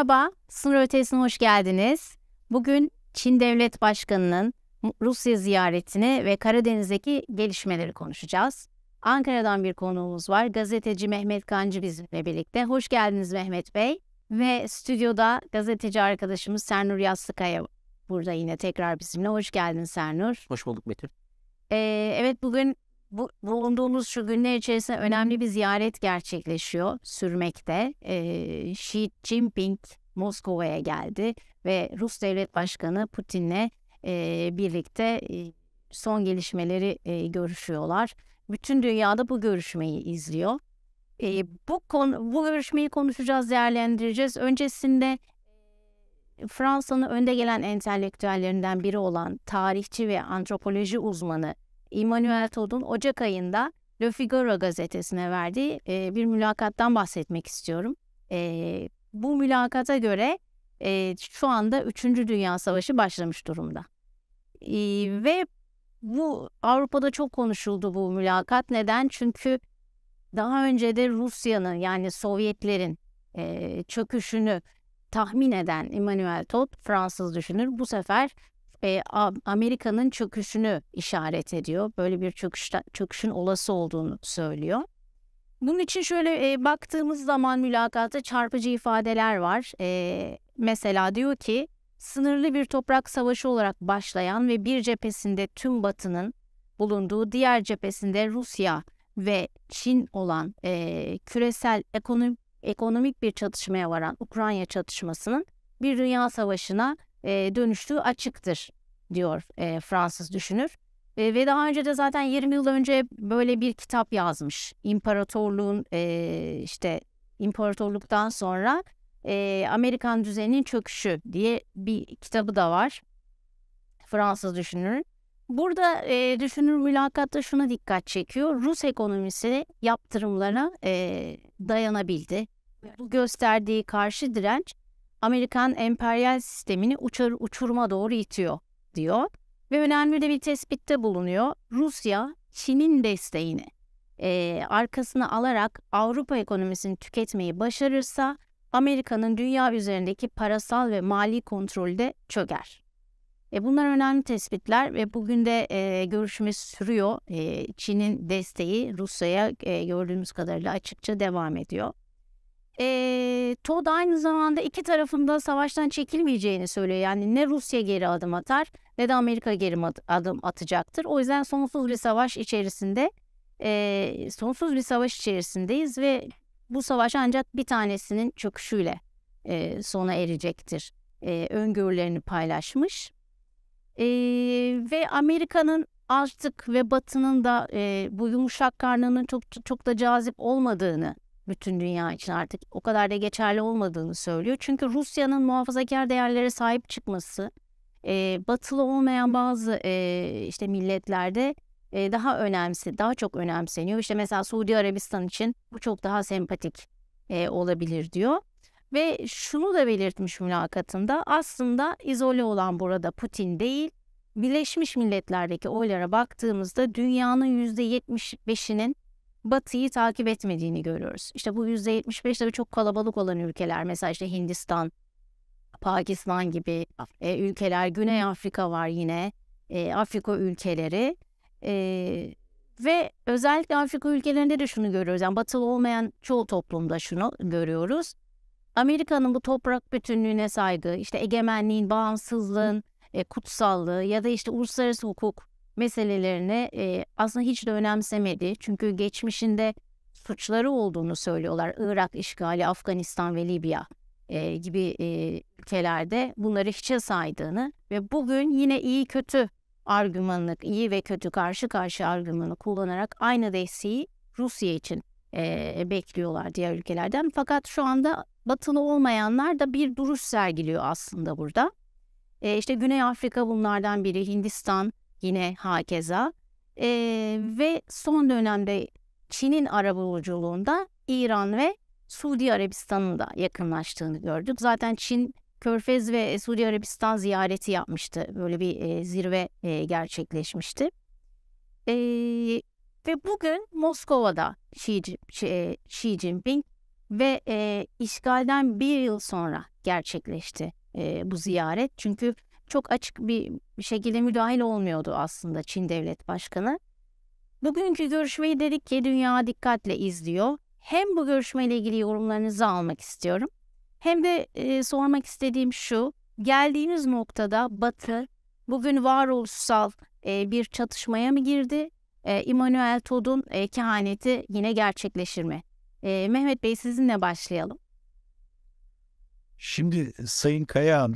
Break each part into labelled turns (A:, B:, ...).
A: Merhaba, Sınır Ötesi'ne hoş geldiniz. Bugün Çin Devlet Başkanı'nın Rusya ziyaretini ve Karadeniz'deki gelişmeleri konuşacağız. Ankara'dan bir konuğumuz var. Gazeteci Mehmet Kancı bizimle birlikte. Hoş geldiniz Mehmet Bey. Ve stüdyoda gazeteci arkadaşımız Sernur Yastıkaya burada yine tekrar bizimle. Hoş geldin Sernur.
B: Hoş bulduk Betül.
A: Evet, bugün bulunduğumuz şu günler içerisinde önemli bir ziyaret gerçekleşiyor, sürmekte. Xi Jinping Moskova'ya geldi ve Rus Devlet Başkanı Putin'le birlikte son gelişmeleri görüşüyorlar. Bütün dünyada bu görüşmeyi izliyor. Bu görüşmeyi konuşacağız, değerlendireceğiz. Öncesinde Fransa'nın önde gelen entelektüellerinden biri olan tarihçi ve antropoloji uzmanı Emmanuel Todd'un Ocak ayında Le Figaro gazetesine verdiği bir mülakattan bahsetmek istiyorum. Bu mülakata göre şu anda 3. Dünya Savaşı başlamış durumda. Ve bu Avrupa'da çok konuşuldu bu mülakat. Neden? Çünkü daha önce de Rusya'nın yani Sovyetlerin çöküşünü tahmin eden Emmanuel Todd, Fransız düşünür, bu sefer Amerika'nın çöküşünü işaret ediyor. Böyle bir çöküşün olası olduğunu söylüyor. Bunun için şöyle baktığımız zaman mülakata çarpıcı ifadeler var. Mesela diyor ki, sınırlı bir toprak savaşı olarak başlayan ve bir cephesinde tüm Batı'nın bulunduğu, diğer cephesinde Rusya ve Çin olan küresel ekonomik bir çatışmaya varan Ukrayna çatışmasının bir dünya savaşına dönüştüğü açıktır, diyor Fransız düşünür. Ve daha önce de zaten 20 yıl önce böyle bir kitap yazmış. İmparatorluktan sonra Amerikan düzeninin çöküşü diye bir kitabı da var Fransız düşünürün. Burada düşünür mülakatta şuna dikkat çekiyor. Rus ekonomisi yaptırımlara dayanabildi. Bu gösterdiği karşı direnç Amerikan emperyal sistemini uçuruma doğru itiyor, diyor. Ve önemli de bir tespitte bulunuyor. Rusya, Çin'in desteğini arkasına alarak Avrupa ekonomisini tüketmeyi başarırsa Amerika'nın dünya üzerindeki parasal ve mali kontrolü de çöker. Bunlar önemli tespitler ve bugün de görüşme sürüyor. Çin'in desteği Rusya'ya gördüğümüz kadarıyla açıkça devam ediyor. Todd aynı zamanda iki tarafında savaştan çekilmeyeceğini söylüyor. Yani ne Rusya geri adım atar ne de Amerika geri adım atacaktır. O yüzden sonsuz bir savaş içerisindeyiz ve bu savaş ancak bir tanesinin çöküşüyle sona erecektir. Öngörülerini paylaşmış. Ve Amerika'nın artık ve Batı'nın da bu yumuşak karnının çok da cazip olmadığını, bütün dünya için artık o kadar da geçerli olmadığını söylüyor. Çünkü Rusya'nın muhafazakar değerlere sahip çıkması, batılı olmayan bazı milletlerde daha çok önemseniyor. İşte mesela Suudi Arabistan için bu çok daha sempatik olabilir, diyor. Ve şunu da belirtmiş mülakatında, aslında izole olan burada Putin değil, Birleşmiş Milletler'deki oylara baktığımızda dünyanın %75'inin Batı'yı takip etmediğini görüyoruz. İşte bu %75 tabii çok kalabalık olan ülkeler. Mesela işte Hindistan, Pakistan gibi ülkeler, Güney Afrika var yine, Afrika ülkeleri. Ve özellikle Afrika ülkelerinde de şunu görüyoruz. Yani batılı olmayan çoğu toplumda şunu görüyoruz. Amerika'nın bu toprak bütünlüğüne saygı, işte egemenliğin, bağımsızlığın kutsallığı ya da işte uluslararası hukuk meselelerini aslında hiç de önemsemedi. Çünkü geçmişinde suçları olduğunu söylüyorlar. Irak işgali, Afganistan ve Libya gibi ülkelerde bunları hiçe saydığını ve bugün yine iyi ve kötü karşı karşı argümanı kullanarak aynı desteği Rusya için bekliyorlar diğer ülkelerden. Fakat şu anda batılı olmayanlar da bir duruş sergiliyor aslında burada. İşte Güney Afrika bunlardan biri, Hindistan yine hakeza. Ve son dönemde Çin'in arabuluculuğunda İran ve Suudi Arabistan'ın da yakınlaştığını gördük. Zaten Çin, Körfez ve Suudi Arabistan ziyareti yapmıştı. Böyle bir zirve gerçekleşmişti. Ve bugün Moskova'da Xi Jinping ve işgalden bir yıl sonra gerçekleşti bu ziyaret. Çünkü çok açık bir şekilde müdahil olmuyordu aslında Çin Devlet Başkanı. Bugünkü görüşmeyi dedik ki dünya dikkatle izliyor. Hem bu görüşmeyle ilgili yorumlarınızı almak istiyorum. Hem de sormak istediğim şu, geldiğiniz noktada Batı bugün varoluşsal bir çatışmaya mı girdi? Immanuel Todd'un kehaneti yine gerçekleşir mi? Mehmet Bey, sizinle başlayalım.
B: Şimdi Sayın Kayağan,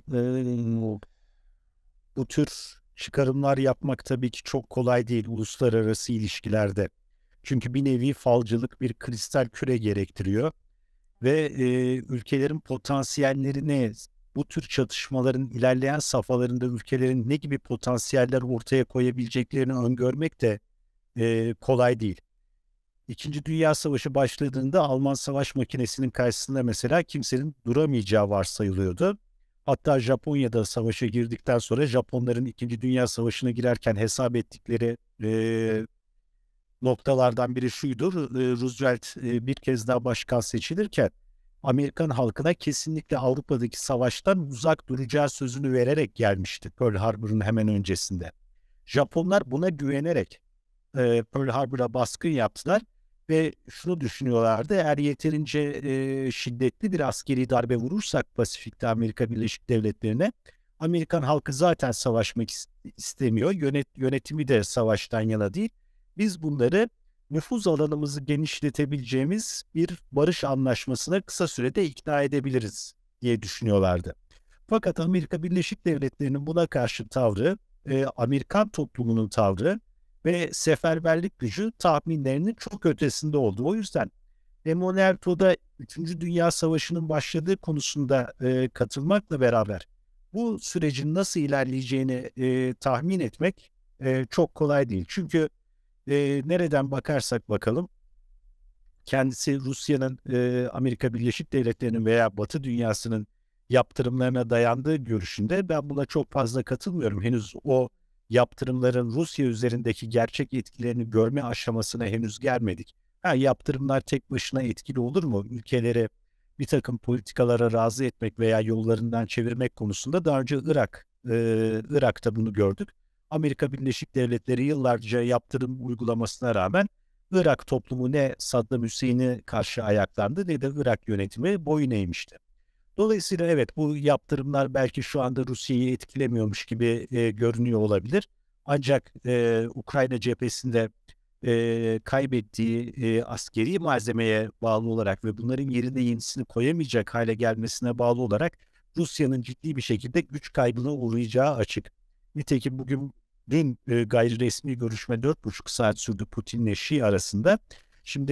B: bu tür çıkarımlar yapmak tabii ki çok kolay değil uluslararası ilişkilerde. Çünkü bir nevi falcılık bir kristal küre gerektiriyor ve ülkelerin potansiyellerini, bu tür çatışmaların ilerleyen safhalarında ülkelerin ne gibi potansiyeller ortaya koyabileceklerini öngörmek de kolay değil. İkinci Dünya Savaşı başladığında Alman savaş makinesinin karşısında mesela kimsenin duramayacağı varsayılıyordu. Hatta Japonya'da savaşa girdikten sonra Japonların İkinci Dünya Savaşı'na girerken hesap ettikleri noktalardan biri şuydu. Roosevelt bir kez daha başkan seçilirken Amerikan halkına kesinlikle Avrupa'daki savaştan uzak duracağı sözünü vererek gelmişti Pearl Harbor'un hemen öncesinde. Japonlar buna güvenerek Pearl Harbor'a baskın yaptılar ve şunu düşünüyorlardı: eğer yeterince şiddetli bir askeri darbe vurursak Pasifik'te Amerika Birleşik Devletleri'ne, Amerikan halkı zaten savaşmak istemiyor. Yönetimi de savaştan yana değil. Biz bunları nüfuz alanımızı genişletebileceğimiz bir barış anlaşmasına kısa sürede ikna edebiliriz diye düşünüyorlardı. Fakat Amerika Birleşik Devletleri'nin buna karşı tavrı, Amerikan toplumunun tavrı ve seferberlik gücü tahminlerinin çok ötesinde oldu. O yüzden Emmanuel Todd'a 3. Dünya Savaşı'nın başladığı konusunda katılmakla beraber bu sürecin nasıl ilerleyeceğini tahmin etmek çok kolay değil. Çünkü nereden bakarsak bakalım, kendisi Rusya'nın, Amerika Birleşik Devletleri'nin veya Batı dünyasının yaptırımlarına dayandığı görüşünde ben buna çok fazla katılmıyorum. Henüz o yaptırımların Rusya üzerindeki gerçek etkilerini görme aşamasına henüz gelmedik. Yaptırımlar tek başına etkili olur mu? Ülkeleri bir takım politikalara razı etmek veya yollarından çevirmek konusunda daha önce Irak'ta bunu gördük. Amerika Birleşik Devletleri yıllarca yaptırım uygulamasına rağmen Irak toplumu ne Saddam Hüseyin'e karşı ayaklandı ne de Irak yönetimi boyun eğmişti. Dolayısıyla evet, bu yaptırımlar belki şu anda Rusya'yı etkilemiyormuş gibi görünüyor olabilir. Ancak Ukrayna cephesinde kaybettiği askeri malzemeye bağlı olarak ve bunların yerine yenisini koyamayacak hale gelmesine bağlı olarak Rusya'nın ciddi bir şekilde güç kaybına uğrayacağı açık. Nitekim dün gayri resmi görüşme 4,5 saat sürdü Putin'le Şii arasında. Şimdi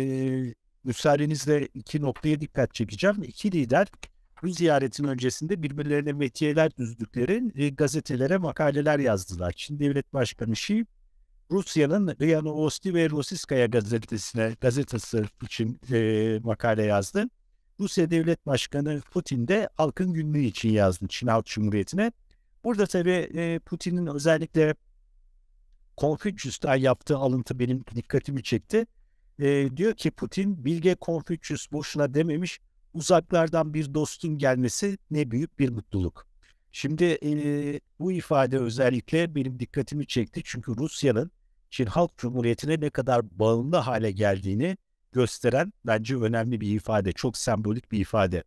B: müsaadenizle iki noktaya dikkat çekeceğim. İki lider bu ziyaretin öncesinde birbirlerine metiyeler düzdükleri gazetelere makaleler yazdılar. Çin Devlet Başkanı Xi, Rusya'nın RIA Novosti ve Rossiyskaya gazetesi için makale yazdı. Rusya Devlet Başkanı Putin de Halkın Günlüğü için yazdı Çin Halk Cumhuriyeti'ne. Burada tabii Putin'in özellikle Confucius'tan yaptığı alıntı benim dikkatimi çekti. Diyor ki Putin, bilge Confucius boşuna dememiş, uzaklardan bir dostun gelmesi ne büyük bir mutluluk. Şimdi bu ifade özellikle benim dikkatimi çekti. Çünkü Rusya'nın Çin Halk Cumhuriyeti'ne ne kadar bağımlı hale geldiğini gösteren bence önemli bir ifade. Çok sembolik bir ifade.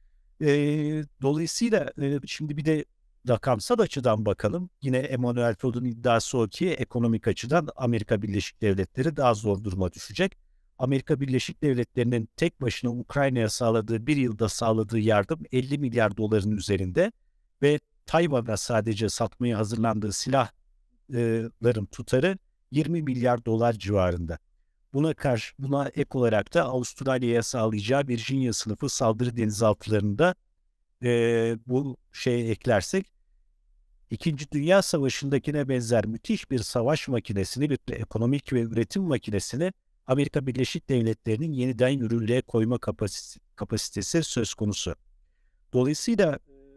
B: Dolayısıyla şimdi bir de rakamsal açıdan bakalım. Yine Emmanuel Todd'un iddiası o ki ekonomik açıdan Amerika Birleşik Devletleri daha zor duruma düşecek. Amerika Birleşik Devletleri'nin tek başına Ukrayna'ya sağladığı, bir yılda sağladığı yardım 50 milyar doların üzerinde ve Tayvan'a sadece satmaya hazırlandığı silahların tutarı 20 milyar dolar civarında. Buna ek olarak da Avustralya'ya sağlayacağı Virginia sınıfı saldırı denizaltılarında bu şeye eklersek, İkinci Dünya Savaşı'ndakine benzer müthiş bir savaş makinesini, bir ekonomik ve üretim makinesini Amerika Birleşik Devletleri'nin yeniden yürürlüğe koyma kapasitesi söz konusu. Dolayısıyla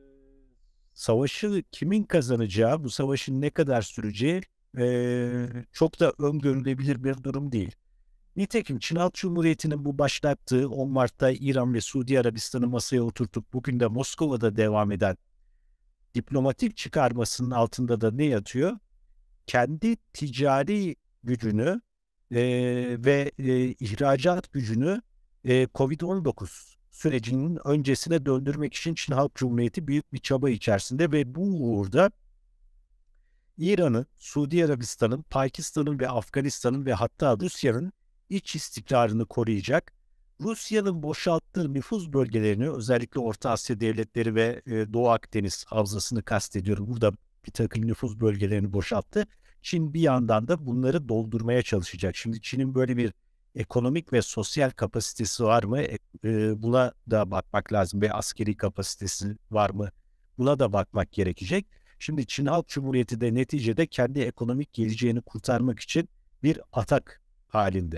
B: savaşı kimin kazanacağı, bu savaşın ne kadar süreceği çok da öngörülebilir bir durum değil. Nitekim Çin Halk Cumhuriyeti'nin bu başlattığı 10 Mart'ta İran ve Suudi Arabistan'ı masaya oturtup bugün de Moskova'da devam eden diplomatik çıkarmasının altında da ne yatıyor? Kendi ticari gücünü ve ihracat gücünü Covid-19 sürecinin öncesine döndürmek için Çin Halk Cumhuriyeti büyük bir çaba içerisinde ve bu uğurda İran'ın, Suudi Arabistan'ın, Pakistan'ın ve Afganistan'ın ve hatta Rusya'nın iç istikrarını koruyacak, Rusya'nın boşalttığı nüfuz bölgelerini, özellikle Orta Asya devletleri ve Doğu Akdeniz havzasını kastediyorum. Burada bir takım nüfuz bölgelerini boşalttı. Çin bir yandan da bunları doldurmaya çalışacak. Şimdi Çin'in böyle bir ekonomik ve sosyal kapasitesi var mı? Buna da bakmak lazım. Ve askeri kapasitesi var mı? Buna da bakmak gerekecek. Şimdi Çin Halk Cumhuriyeti de neticede kendi ekonomik geleceğini kurtarmak için bir atak halinde.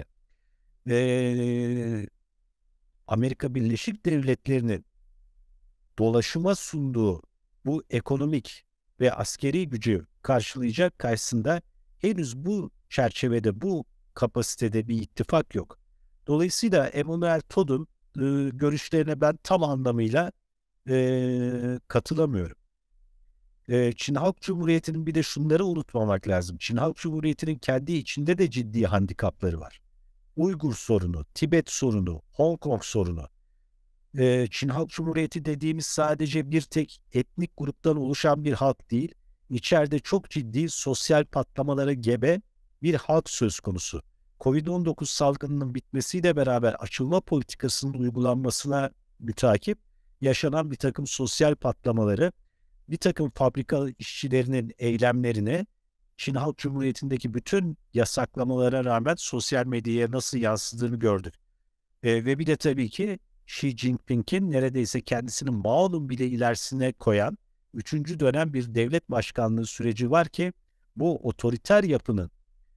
B: Amerika Birleşik Devletleri'nin dolaşıma sunduğu bu ekonomik ve askeri gücü karşılayacak karşısında henüz bu çerçevede, bu kapasitede bir ittifak yok. Dolayısıyla Emmanuel Todd'un görüşlerine ben tam anlamıyla katılamıyorum. Çin Halk Cumhuriyeti'nin bir de şunları unutmamak lazım. Çin Halk Cumhuriyeti'nin kendi içinde de ciddi handikapları var. Uygur sorunu, Tibet sorunu, Hong Kong sorunu. Çin Halk Cumhuriyeti dediğimiz sadece bir tek etnik gruptan oluşan bir halk değil, İçeride çok ciddi sosyal patlamalara gebe bir halk söz konusu. Covid-19 salgınının bitmesiyle beraber açılma politikasının uygulanmasına mütakip yaşanan bir takım sosyal patlamaları, bir takım fabrika işçilerinin eylemlerine, Çin Halk Cumhuriyeti'ndeki bütün yasaklamalara rağmen sosyal medyaya nasıl yansıdığını gördük. Ve bir de tabii ki Xi Jinping'in neredeyse kendisini Mao'nun bile ilerisine koyan 3. dönem bir devlet başkanlığı süreci var ki bu otoriter yapının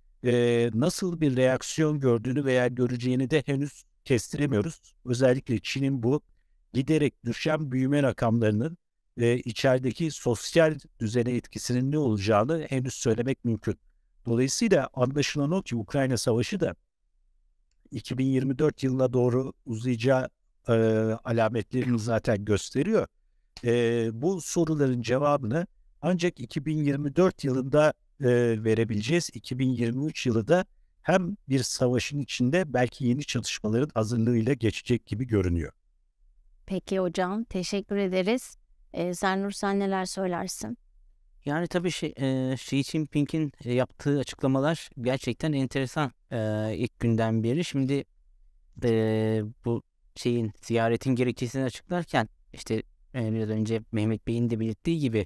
B: nasıl bir reaksiyon gördüğünü veya göreceğini de henüz kestiremiyoruz. Özellikle Çin'in bu giderek düşen büyüme rakamlarının içerideki sosyal düzene etkisinin ne olacağını henüz söylemek mümkün. Dolayısıyla anlaşılan o ki Ukrayna Savaşı da 2024 yılına doğru uzayacağı alametlerini zaten gösteriyor. Bu soruların cevabını ancak 2024 yılında verebileceğiz. 2023 yılı da hem bir savaşın içinde belki yeni çatışmaların hazırlığıyla geçecek gibi görünüyor.
A: Peki hocam, teşekkür ederiz. Sernur, sen neler söylersin?
C: Yani tabii Xi Jinping'in yaptığı açıklamalar gerçekten enteresan ilk günden beri. Şimdi bu ziyaretin gerekçesini açıklarken işte biraz önce Mehmet Bey'in de belirttiği gibi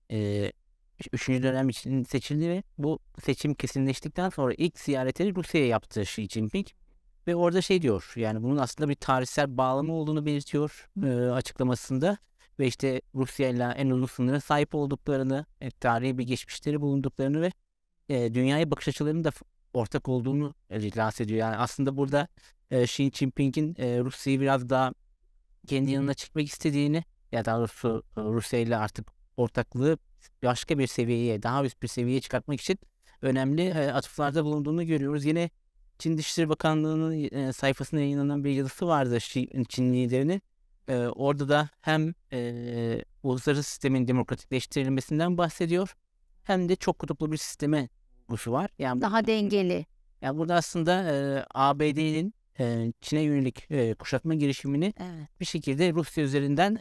C: 3. dönem için seçildi ve bu seçim kesinleştikten sonra ilk ziyaretini Rusya'ya yaptı Xi Jinping. Ve orada diyor, yani bunun aslında bir tarihsel bağlamı olduğunu belirtiyor açıklamasında. Ve işte Rusya ile en uzun sınıra sahip olduklarını, tarihi bir geçmişleri bulunduklarını ve dünyaya bakış açılarının da ortak olduğunu iddia ediyor. Yani aslında burada Xi Jinping'in Rusya'yı biraz daha kendi yanına çekmek istediğini, ya daha doğrusu Rusya ile artık ortaklığı başka bir seviyeye, daha üst bir seviyeye çıkartmak için önemli atıflarda bulunduğunu görüyoruz. Yine Çin Dışişleri Bakanlığı'nın sayfasında yayınlanan bir yazısı vardı Çin liderinin. Orada da hem uluslararası sistemin demokratikleştirilmesinden bahsediyor, hem de çok kutuplu bir sisteme vurgusu var. Yani
A: Daha dengeli.
C: Yani burada aslında ABD'nin Çin'e yönelik kuşatma girişimini bir şekilde Rusya üzerinden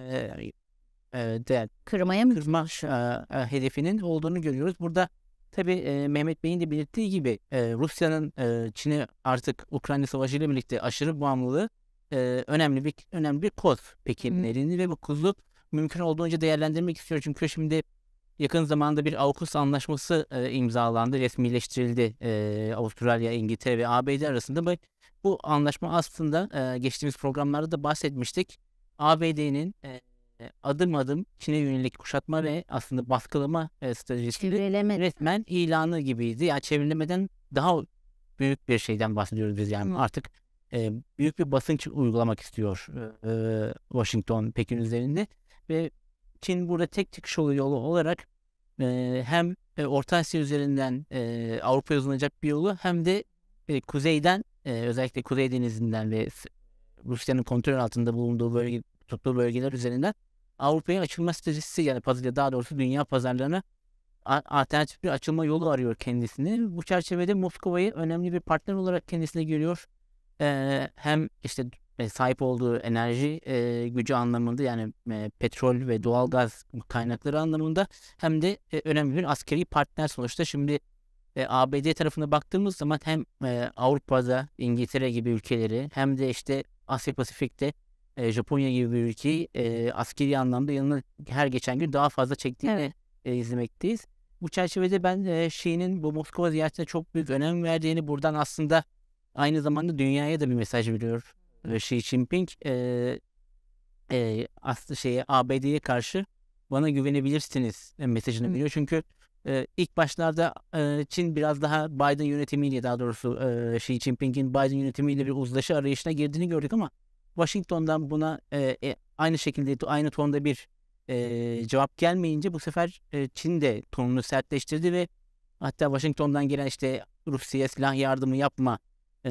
A: Kırmaya mı?
C: kırma hedefinin olduğunu görüyoruz. Burada tabii Mehmet Bey'in de belirttiği gibi Rusya'nın Çin'e artık Ukrayna Savaşı ile birlikte aşırı bağımlılığı önemli bir koz Pekin'lerini ve bu kozu mümkün olduğunca değerlendirmek istiyor. Çünkü şimdi yakın zamanda bir AUKUS anlaşması imzalandı, resmileştirildi Avustralya, İngiltere ve ABD arasında. Bu anlaşma aslında geçtiğimiz programlarda da bahsetmiştik. ABD'nin adım adım Çin'e yönelik kuşatma ve aslında baskılama stratejisi resmen ilanı gibiydi. Yani çevrilemeden daha büyük bir şeyden bahsediyoruz biz yani. Artık büyük bir basınç uygulamak istiyor Washington, Pekin üzerinde ve Çin burada tek çıkış yolu olarak hem Orta Asya üzerinden Avrupa'ya uzanacak bir yolu, hem de kuzeyden özellikle Kuzey Denizi'nden ve Rusya'nın kontrol altında bulunduğu tuttuğu bölgeler üzerinden Avrupa'ya açılma stratejisi, yani daha doğrusu dünya pazarlarına alternatif bir açılma yolu arıyor kendisini. Bu çerçevede Moskova'yı önemli bir partner olarak kendisine görüyor. Hem işte sahip olduğu enerji gücü anlamında, yani petrol ve doğalgaz kaynakları anlamında, hem de önemli bir askeri partner sonuçta. Şimdi ABD tarafına baktığımız zaman hem Avrupa'da İngiltere gibi ülkeleri, hem de işte Asya Pasifik'te Japonya gibi bir ülkeyi askeri anlamda yanına her geçen gün daha fazla çektiğini izlemekteyiz. Bu çerçevede ben Xi'nin bu Moskova ziyaretine çok büyük önem verdiğini, buradan aslında aynı zamanda dünyaya da bir mesaj veriyor. Xi Jinping aslında ABD'ye karşı bana güvenebilirsiniz mesajını veriyor. Çünkü ilk başlarda Çin biraz daha Biden yönetimiyle, daha doğrusu Xi Jinping'in Biden yönetimiyle bir uzlaşı arayışına girdiğini gördük, ama Washington'dan buna aynı şekilde, aynı tonda bir cevap gelmeyince bu sefer Çin de tonunu sertleştirdi ve hatta Washington'dan gelen işte Rusya'ya silah yardımı yapma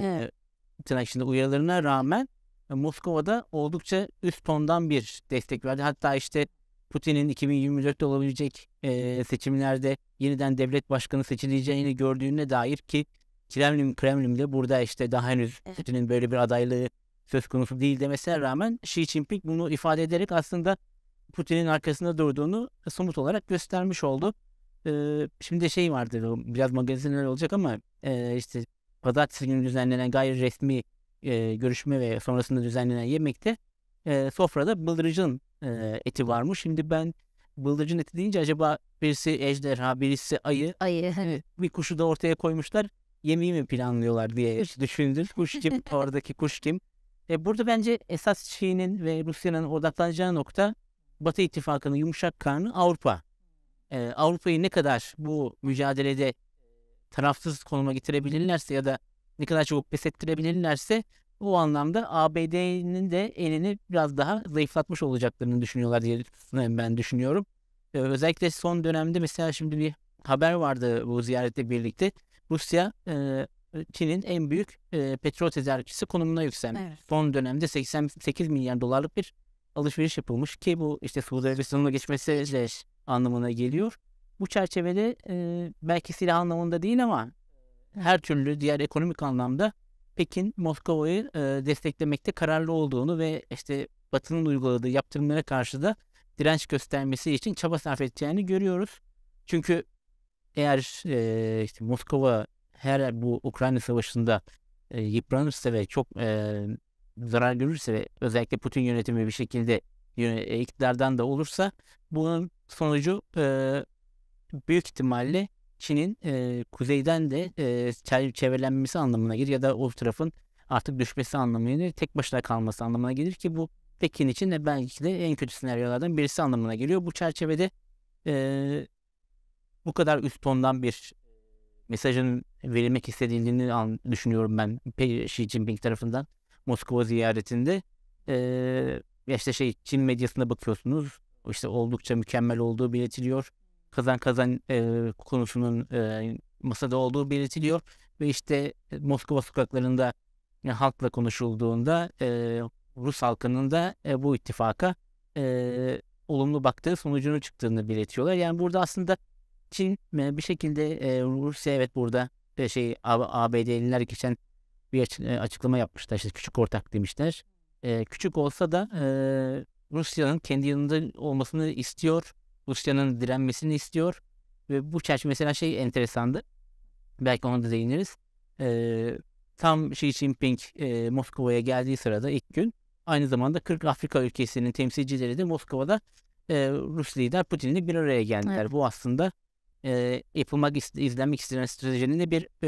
C: tırnak içinde uyarılarına rağmen Moskova'da oldukça üst tondan bir destek verdi. Hatta işte Putin'in 2024'te olabilecek seçimlerde yeniden devlet başkanı seçileceğini gördüğüne dair, ki Kremlin'de burada işte daha henüz Putin'in böyle bir adaylığı söz konusu değil demesine rağmen Xi Jinping bunu ifade ederek aslında Putin'in arkasında durduğunu somut olarak göstermiş oldu. Şimdi vardı, biraz magazinler olacak ama işte pazartesi günü düzenlenen gayri resmi görüşme ve sonrasında düzenlenen yemekte sofrada bıldırcın eti varmış. Şimdi ben bıldırcın eti deyince acaba birisi ejderha, birisi ayı, bir kuşu da ortaya koymuşlar, yemeği mi planlıyorlar diye düşündüm. Kuş kim? Oradaki kuş kim? Burada bence esas Çin'in ve Rusya'nın odaklanacağı nokta Batı İttifakı'nın yumuşak karnı Avrupa. Avrupa'yı ne kadar bu mücadelede tarafsız konuma getirebilirlerse ya da ne kadar çok pes ettirebilirlerse, o anlamda ABD'nin de elini biraz daha zayıflatmış olacaklarını düşünüyorlar diye ben düşünüyorum. Özellikle son dönemde mesela şimdi bir haber vardı bu ziyaretle birlikte. Rusya Çin'in en büyük petrol tedarikçisi konumuna yükselmiş. Son dönemde 88 milyar dolarlık bir alışveriş yapılmış, ki bu işte Suudi Arabistan'la geçmesi de anlamına geliyor. Bu çerçevede belki silah anlamında değil ama her türlü diğer ekonomik anlamda Pekin Moskova'yı desteklemekte kararlı olduğunu ve işte Batı'nın uyguladığı yaptırımlara karşı da direnç göstermesi için çaba sarf edeceğini görüyoruz. Çünkü eğer işte Moskova bu Ukrayna Savaşı'nda yıpranırsa ve çok zarar görürse ve özellikle Putin yönetimi bir şekilde iktidardan da olursa, bunun sonucu büyük ihtimalle Çin'in kuzeyden de çevrelenmesi anlamına gelir ya da o tarafın artık düşmesi anlamına gelir, tek başına kalması anlamına gelir, ki bu Pekin için de belki de en kötü senaryolardan birisi anlamına geliyor. Bu çerçevede bu kadar üst tondan bir mesajın verilmek istediğini düşünüyorum ben Xi Jinping tarafından Moskova ziyaretinde. İşte Çin medyasına bakıyorsunuz, işte oldukça mükemmel olduğu belirtiliyor. Kazan konusunun masada olduğu belirtiliyor ve işte Moskova sokaklarında halkla konuşulduğunda Rus halkının da bu ittifaka olumlu baktığı sonucunu çıktığını belirtiyorlar. Yani burada aslında Çin bir şekilde Rusya, evet burada ABD'liler geçen bir açıklama yapmışlar, işte küçük ortak demişler. Küçük olsa da Rusya'nın kendi yanında olmasını istiyor. Rusya'nın direnmesini istiyor. Ve bu çerçeve mesela enteresandı. Belki ona da değiniriz. Tam Xi Jinping Moskova'ya geldiği sırada ilk gün aynı zamanda 40 Afrika ülkesinin temsilcileri de Moskova'da Rus lider Putin'le bir araya geldiler. Evet. Bu aslında izlenmek istenen stratejinin de bir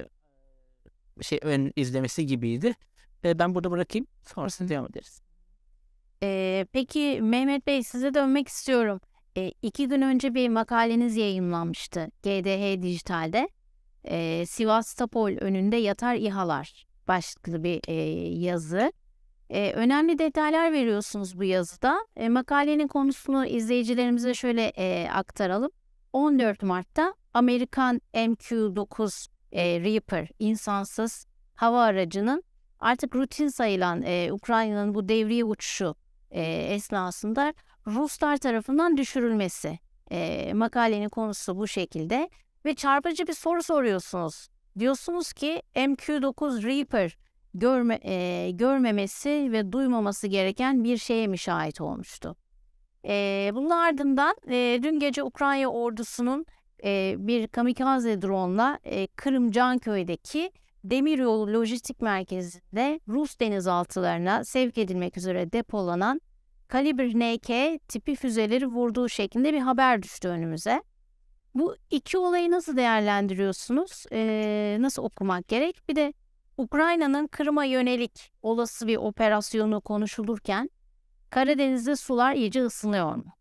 C: ön izlemesi gibiydi. Ben burada bırakayım. Sonrasında devam ederiz.
A: Peki Mehmet Bey, size dönmek istiyorum. 2 gün önce bir makaleniz yayınlanmıştı GDH Dijital'de. Sivastopol önünde yatar İHA'lar başlıklı bir yazı. Önemli detaylar veriyorsunuz bu yazıda. Makalenin konusunu izleyicilerimize şöyle aktaralım. 14 Mart'ta Amerikan MQ-9 Reaper insansız hava aracının artık rutin sayılan Ukrayna'nın bu devriye uçuşu esnasında Ruslar tarafından düşürülmesi. Makalenin konusu bu şekilde ve çarpıcı bir soru soruyorsunuz. Diyorsunuz ki MQ-9 Reaper görmemesi ve duymaması gereken bir şeye mi şahit olmuştu? Bunun ardından dün gece Ukrayna ordusunun bir kamikaze drone'la Kırım Canköy'deki demiryolu lojistik merkezinde Rus denizaltılarına sevk edilmek üzere depolanan Kalibr NK tipi füzeleri vurduğu şeklinde bir haber düştü önümüze. Bu iki olayı nasıl değerlendiriyorsunuz? Nasıl okumak gerek? Bir de Ukrayna'nın Kırım'a yönelik olası bir operasyonu konuşulurken Karadeniz'de sular iyice ısınıyor mu?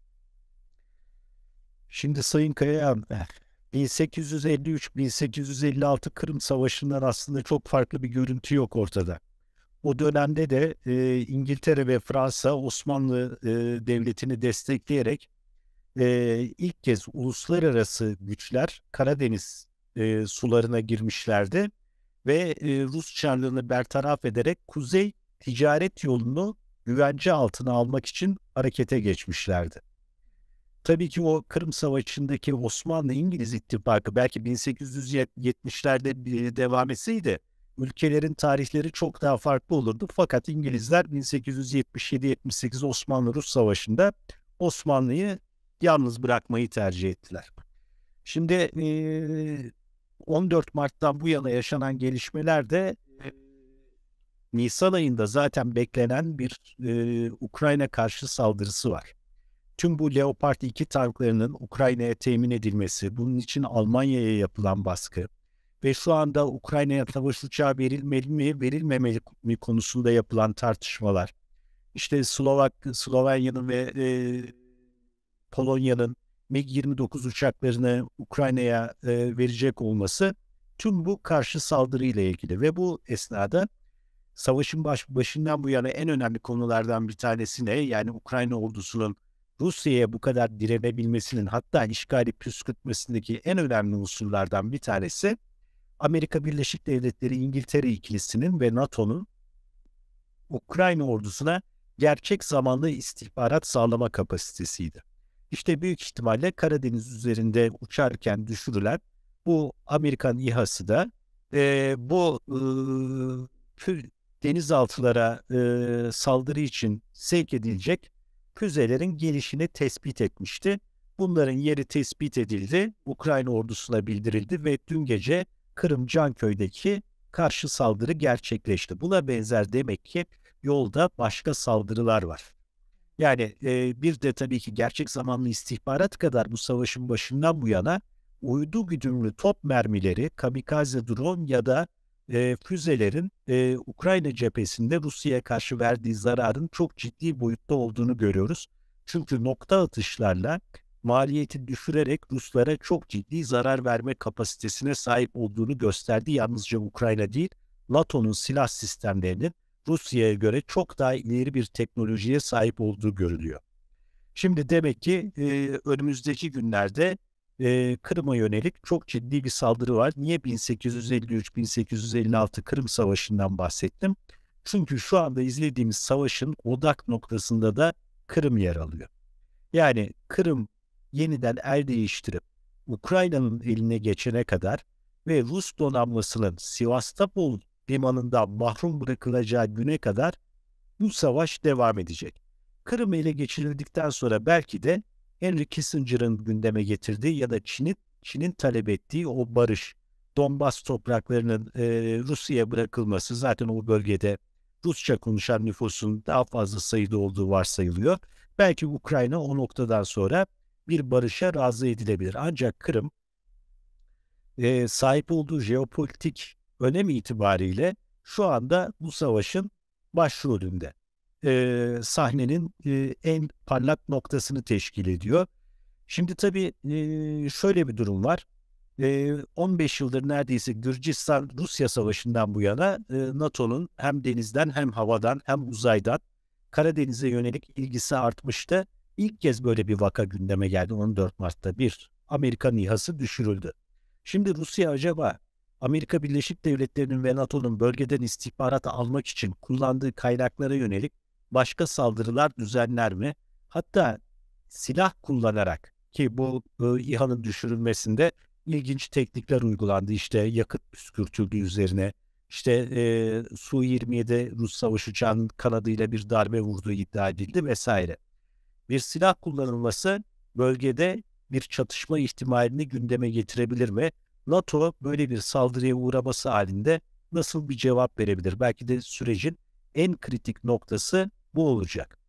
B: Şimdi Sayın Kayahan, 1853-1856 Kırım Savaşı'ndan aslında çok farklı bir görüntü yok ortada. O dönemde de İngiltere ve Fransa Osmanlı Devleti'ni destekleyerek ilk kez uluslararası güçler Karadeniz sularına girmişlerdi ve Rus Çarlığını bertaraf ederek kuzey ticaret yolunu güvence altına almak için harekete geçmişlerdi. Tabii ki o Kırım Savaşı'ndaki Osmanlı-İngiliz ittifakı belki 1870'lerde devam etseydi ülkelerin tarihleri çok daha farklı olurdu. Fakat İngilizler 1877-78 Osmanlı-Rus Savaşı'nda Osmanlı'yı yalnız bırakmayı tercih ettiler. Şimdi 14 Mart'tan bu yana yaşanan gelişmelerde Nisan ayında zaten beklenen bir Ukrayna karşı saldırısı var. Tüm bu Leopard 2 tanklarının Ukrayna'ya temin edilmesi, bunun için Almanya'ya yapılan baskı ve şu anda Ukrayna'ya savaş uçağı verilmeli mi, verilmemeli mi konusunda yapılan tartışmalar. İşte Slovenya'nın ve Polonya'nın MiG-29 uçaklarını Ukrayna'ya verecek olması tüm bu karşı saldırı ile ilgili ve bu esnada savaşın başından bu yana en önemli konulardan bir tanesi ne? Yani Ukrayna ordusunun Rusya'ya bu kadar direnebilmesinin hatta işgali püskürtmesindeki en önemli unsurlardan bir tanesi Amerika Birleşik Devletleri İngiltere ikilisinin ve NATO'nun Ukrayna ordusuna gerçek zamanlı istihbarat sağlama kapasitesiydi. İşte büyük ihtimalle Karadeniz üzerinde uçarken düşürülen bu Amerikan İHA'sı da bu denizaltılara saldırı için sevk edilecek füzelerin gelişini tespit etmişti. Bunların yeri tespit edildi, Ukrayna ordusuna bildirildi ve dün gece Kırım Canköy'deki karşı saldırı gerçekleşti. Buna benzer demek ki yolda başka saldırılar var. Yani bir de tabii ki gerçek zamanlı istihbarat kadar bu savaşın başından bu yana uydu güdümlü top mermileri, kamikaze drone ya da füzelerin Ukrayna cephesinde Rusya'ya karşı verdiği zararın çok ciddi boyutta olduğunu görüyoruz. Çünkü nokta atışlarla maliyeti düşürerek Ruslara çok ciddi zarar verme kapasitesine sahip olduğunu gösterdi. Yalnızca Ukrayna değil, NATO'nun silah sistemlerinin Rusya'ya göre çok daha ileri bir teknolojiye sahip olduğu görülüyor. Şimdi demek ki önümüzdeki günlerde Kırım'a yönelik çok ciddi bir saldırı var. Niye 1853-1856 Kırım Savaşı'ndan bahsettim? Çünkü şu anda izlediğimiz savaşın odak noktasında da Kırım yer alıyor. Yani Kırım yeniden el değiştirip Ukrayna'nın eline geçene kadar ve Rus donanmasının Sivastopol limanından mahrum bırakılacağı güne kadar bu savaş devam edecek. Kırım ele geçirildikten sonra belki de Henry Kissinger'ın gündeme getirdiği ya da Çin'in talep ettiği o barış, Donbas topraklarının Rusya'ya bırakılması, zaten o bölgede Rusça konuşan nüfusun daha fazla sayıda olduğu varsayılıyor. Belki Ukrayna o noktadan sonra bir barışa razı edilebilir. Ancak Kırım sahip olduğu jeopolitik önem itibariyle şu anda bu savaşın başrolünde. Sahnenin en parlak noktasını teşkil ediyor. Şimdi tabii şöyle bir durum var. 15 yıldır neredeyse Gürcistan-Rusya savaşından bu yana NATO'nun hem denizden hem havadan hem uzaydan Karadeniz'e yönelik ilgisi artmıştı. İlk kez böyle bir vaka gündeme geldi 14 Mart'ta bir Amerikan İHA'sı düşürüldü. Şimdi Rusya acaba Amerika Birleşik Devletleri'nin ve NATO'nun bölgeden istihbarat almak için kullandığı kaynaklara yönelik başka saldırılar düzenler mi? Hatta silah kullanarak, ki bu İHA'nın düşürülmesinde ilginç teknikler uygulandı. İşte yakıt püskürtüldüğü üzerine, işte Su-27 Rus savaş uçağının kanadıyla bir darbe vurduğu iddia edildi vesaire. Bir silah kullanılması bölgede bir çatışma ihtimalini gündeme getirebilir mi? NATO böyle bir saldırıya uğraması halinde nasıl bir cevap verebilir? Belki de sürecin en kritik noktası bu olacak.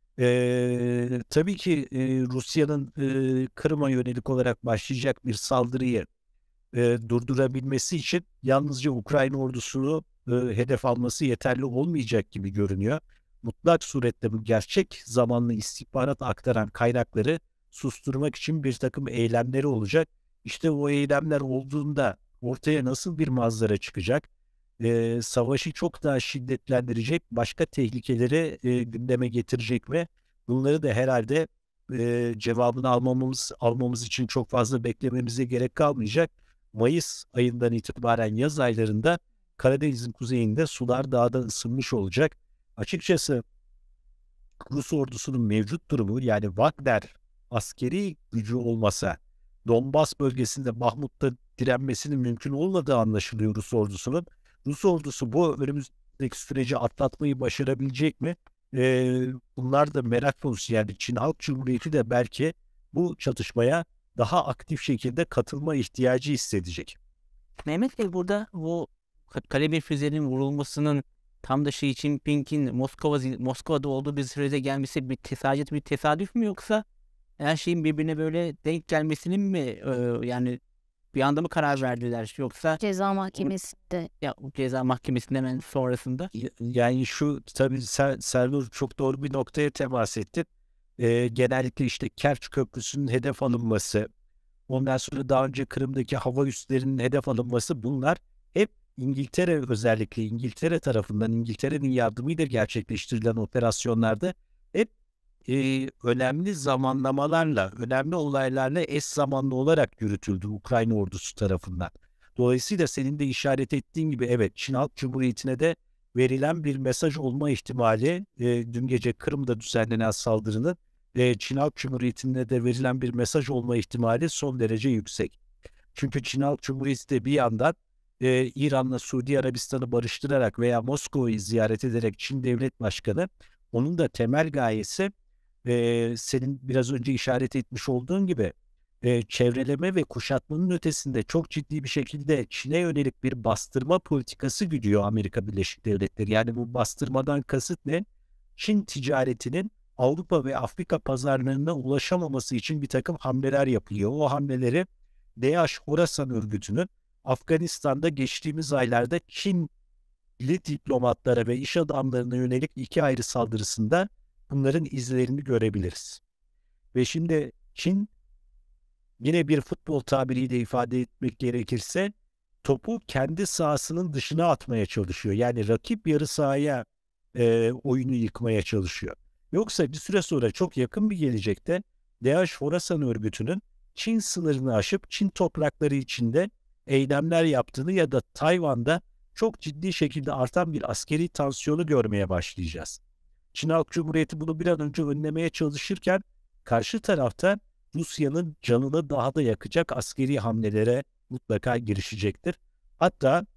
B: Tabii ki Rusya'nın Kırım'a yönelik olarak başlayacak bir saldırıyı durdurabilmesi için yalnızca Ukrayna ordusunu hedef alması yeterli olmayacak gibi görünüyor. Mutlak surette bu gerçek zamanlı istihbarat aktaran kaynakları susturmak için bir takım eylemleri olacak. İşte o eylemler olduğunda ortaya nasıl bir manzara çıkacak? Savaşı çok daha şiddetlendirecek, başka tehlikeleri gündeme getirecek ve bunları da herhalde cevabını almamız için çok fazla beklememize gerek kalmayacak. Mayıs ayından itibaren yaz aylarında Karadeniz'in kuzeyinde sular daha da ısınmış olacak. Açıkçası Rus ordusunun mevcut durumu, yani Wagner askeri gücü olmasa Donbas bölgesinde Bahmut'ta direnmesinin mümkün olmadığı anlaşılıyor Rus ordusunun. Rus ordusu bu önümüzdeki süreci atlatmayı başarabilecek mi? Bunlar da merak konusu. Yani Çin Halk Cumhuriyeti de belki bu çatışmaya daha aktif şekilde katılma ihtiyacı hissedecek.
C: Mehmet Bey, burada bu kale bir füzenin vurulmasının tam da Xi Jinping'in Moskova'da olduğu bir sürede gelmesi sadece bir tesadüf mü, yoksa her şeyin birbirine böyle denk gelmesinin mi yani bir anda mı karar verdiler, yoksa
A: Ceza mahkemesinde.
C: ceza mahkemesinin hemen sonrasında?
B: Yani şu, tabii Serdar çok doğru bir noktaya temas etti. Genellikle işte Kerç Köprüsü'nün hedef alınması, ondan sonra daha önce Kırım'daki hava üslerinin hedef alınması, bunlar hep İngiltere, özellikle İngiltere tarafından, İngiltere'nin yardımıyla gerçekleştirilen operasyonlarda hep önemli zamanlamalarla, önemli olaylarla eş zamanlı olarak yürütüldü Ukrayna ordusu tarafından. Dolayısıyla senin de işaret ettiğin gibi, evet, Çin Halk Cumhuriyeti'ne de verilen bir mesaj olma ihtimali, dün gece Kırım'da düzenlenen saldırının Çin Halk Cumhuriyeti'ne de verilen bir mesaj olma ihtimali son derece yüksek. Çünkü Çin Halk Cumhuriyeti de bir yandan İran'la Suudi Arabistan'ı barıştırarak veya Moskova'yı ziyaret ederek, Çin Devlet Başkanı, onun da temel gayesi senin biraz önce işaret etmiş olduğun gibi çevreleme ve kuşatmanın ötesinde çok ciddi bir şekilde Çin'e yönelik bir bastırma politikası güdüyor Amerika Birleşik Devletleri. Yani bu bastırmadan kasıt ne? Çin ticaretinin Avrupa ve Afrika pazarlarına ulaşamaması için bir takım hamleler yapılıyor. O hamleleri DH Horasan örgütünün Afganistan'da geçtiğimiz aylarda Çinli diplomatlara ve iş adamlarına yönelik 2 ayrı saldırısında bunların izlerini görebiliriz. Ve şimdi Çin, yine bir futbol tabiriyle ifade etmek gerekirse, topu kendi sahasının dışına atmaya çalışıyor. Yani rakip yarı sahaya oyunu yıkmaya çalışıyor. Yoksa bir süre sonra, çok yakın bir gelecekte, DH Horasan örgütünün Çin sınırını aşıp Çin toprakları içinde eylemler yaptığını ya da Tayvan'da çok ciddi şekilde artan bir askeri tansiyonu görmeye başlayacağız. Çin Halk Cumhuriyeti bunu bir an önce önlemeye çalışırken, karşı tarafta Rusya'nın canını daha da yakacak askeri hamlelere mutlaka girişecektir. Hatta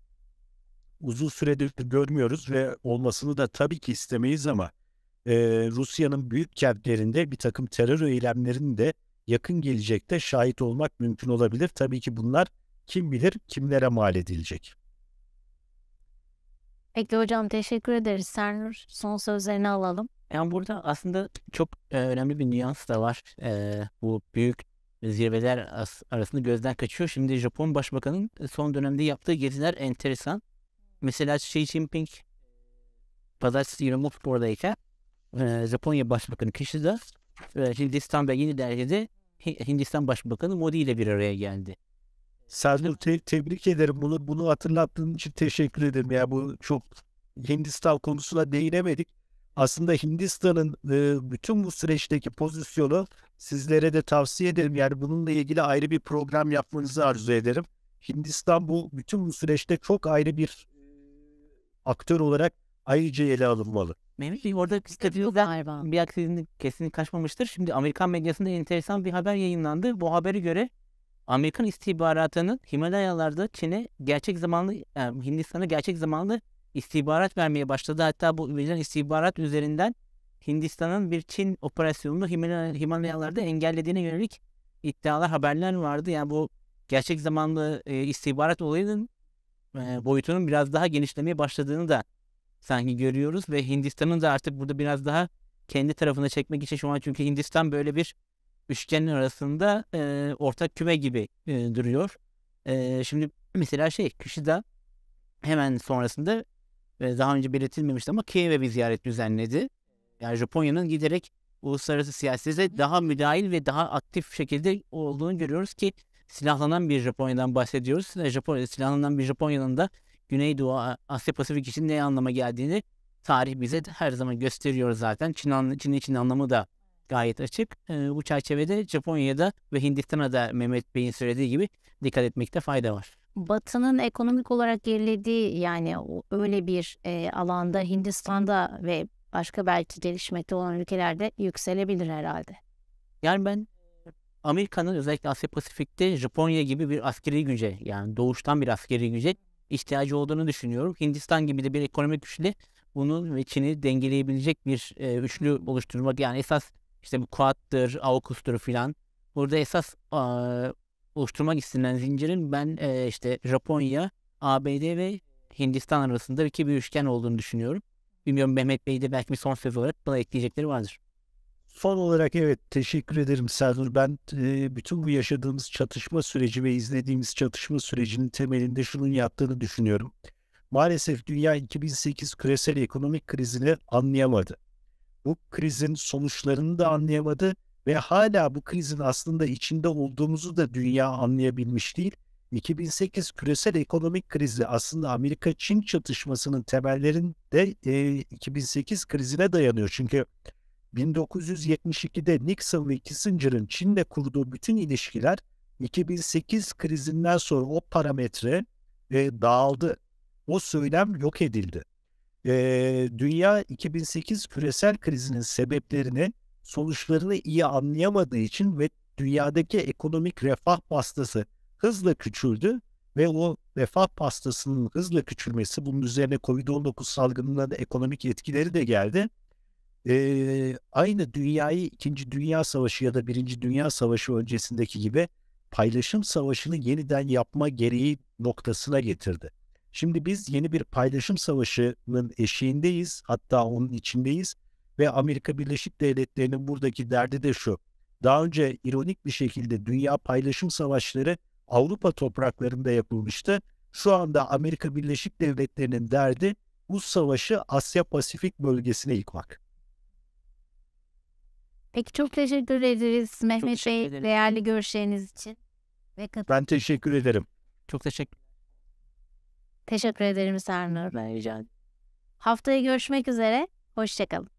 B: uzun süredir görmüyoruz ve olmasını da tabii ki istemeyiz ama Rusya'nın büyük kentlerinde bir takım terör eylemlerinin de yakın gelecekte şahit olmak mümkün olabilir. Tabii ki bunlar kim bilir kimlere mal edilecek.
A: Peki hocam, teşekkür ederiz. Sernur, son sözlerini alalım.
C: Yani burada aslında çok önemli bir nüans da var. Bu büyük zirveler arasında gözden kaçıyor. Şimdi Japon Başbakanı'nın son dönemde yaptığı geziler enteresan. Mesela Xi Jinping pazartesi günü Moskova'dayken Japonya Başbakanı Kishida, Hindistan ve Yeni Delhi'de Hindistan Başbakanı Modi ile bir araya geldi.
B: Serdar, tebrik ederim. Bunu hatırlattığın için teşekkür ederim. Ya bu çok, Hindistan konusuna değinemedik. Aslında Hindistan'ın bütün bu süreçteki pozisyonu sizlere de tavsiye ederim. Yani bununla ilgili ayrı bir program yapmanızı arzu ederim. Hindistan bütün bu süreçte çok ayrı bir aktör olarak ayrıca ele alınmalı.
C: Mehmet Bey, orada bir aksilik kesinlikle kaçmamıştır. Şimdi Amerikan medyasında enteresan bir haber yayınlandı. Bu habere göre Amerikan istihbaratının Himalayalarda Çin'e Hindistan'a gerçek zamanlı istihbarat vermeye başladı. Hatta bu verilen istihbarat üzerinden Hindistan'ın bir Çin operasyonunu Himalayalarda engellediğine yönelik iddialar, haberler vardı. Yani bu gerçek zamanlı istihbarat olayının boyutunun biraz daha genişlemeye başladığını da sanki görüyoruz ve Hindistan'ın da artık burada biraz daha kendi tarafına çekmek için şu an, çünkü Hindistan böyle bir üçgenin arasında ortak küme gibi duruyor. Şimdi mesela Kishida hemen sonrasında daha önce belirtilmemişti ama Kiev'e bir ziyaret düzenledi. Yani Japonya'nın giderek uluslararası siyasete daha müdahil ve daha aktif şekilde olduğunu görüyoruz ki silahlanan bir Japonya'dan bahsediyoruz. Silahlanan bir Japonya'nın da Güneydoğu Asya Pasifik için ne anlama geldiğini tarih bize her zaman gösteriyor zaten. Çin için anlamı da gayet açık. Bu çerçevede Japonya'ya da ve Hindistan'a da Mehmet Bey'in söylediği gibi dikkat etmekte fayda var.
A: Batı'nın ekonomik olarak gerilediği, yani öyle bir alanda Hindistan'da ve başka belki gelişmekte olan ülkelerde yükselebilir herhalde.
C: Yani ben Amerika'nın özellikle Asya Pasifik'te Japonya gibi bir askeri güce, yani doğuştan bir askeri güce ihtiyacı olduğunu düşünüyorum. Hindistan gibi de bir ekonomik güçle bunu ve Çin'i dengeleyebilecek bir üçlü oluşturmak, yani esas bu Quad'dır, AUKUS'tur filan. Burada esas oluşturmak istenen zincirin ben Japonya, ABD ve Hindistan arasında bir üçgen olduğunu düşünüyorum. Bilmiyorum, Mehmet Bey de belki bir son söz olarak bana ekleyecekleri vardır.
B: Son olarak evet, teşekkür ederim Serdar. Ben bütün bu yaşadığımız çatışma süreci ve izlediğimiz çatışma sürecinin temelinde şunun yattığını düşünüyorum. Maalesef dünya 2008 küresel ekonomik krizini anlayamadı. Bu krizin sonuçlarını da anlayamadı ve hala bu krizin aslında içinde olduğumuzu da dünya anlayabilmiş değil. 2008 küresel ekonomik krizi aslında Amerika-Çin çatışmasının temellerinde 2008 krizine dayanıyor. Çünkü 1972'de Nixon ve Kissinger'ın Çin'le kurduğu bütün ilişkiler 2008 krizinden sonra o parametre dağıldı. O söylem yok edildi. Dünya 2008 küresel krizinin sebeplerini, sonuçlarını iyi anlayamadığı için ve dünyadaki ekonomik refah pastası hızla küçüldü ve o refah pastasının hızla küçülmesi, bunun üzerine Covid-19 salgınının ekonomik etkileri de geldi. Aynı dünyayı 2. Dünya Savaşı ya da 1. Dünya Savaşı öncesindeki gibi paylaşım savaşını yeniden yapma gereği noktasına getirdi. Şimdi biz yeni bir paylaşım savaşının eşiğindeyiz, hatta onun içindeyiz ve Amerika Birleşik Devletleri'nin buradaki derdi de şu. Daha önce ironik bir şekilde dünya paylaşım savaşları Avrupa topraklarında yapılmıştı. Şu anda Amerika Birleşik Devletleri'nin derdi bu savaşı Asya Pasifik bölgesine yıkmak.
A: Peki, çok teşekkür ederiz Mehmet Bey, değerli görüşleriniz için.
B: Ben teşekkür ederim.
C: Çok
A: teşekkür ederim Serdar.
C: Ben rica ederim.
A: Haftaya görüşmek üzere. Hoşça kalın.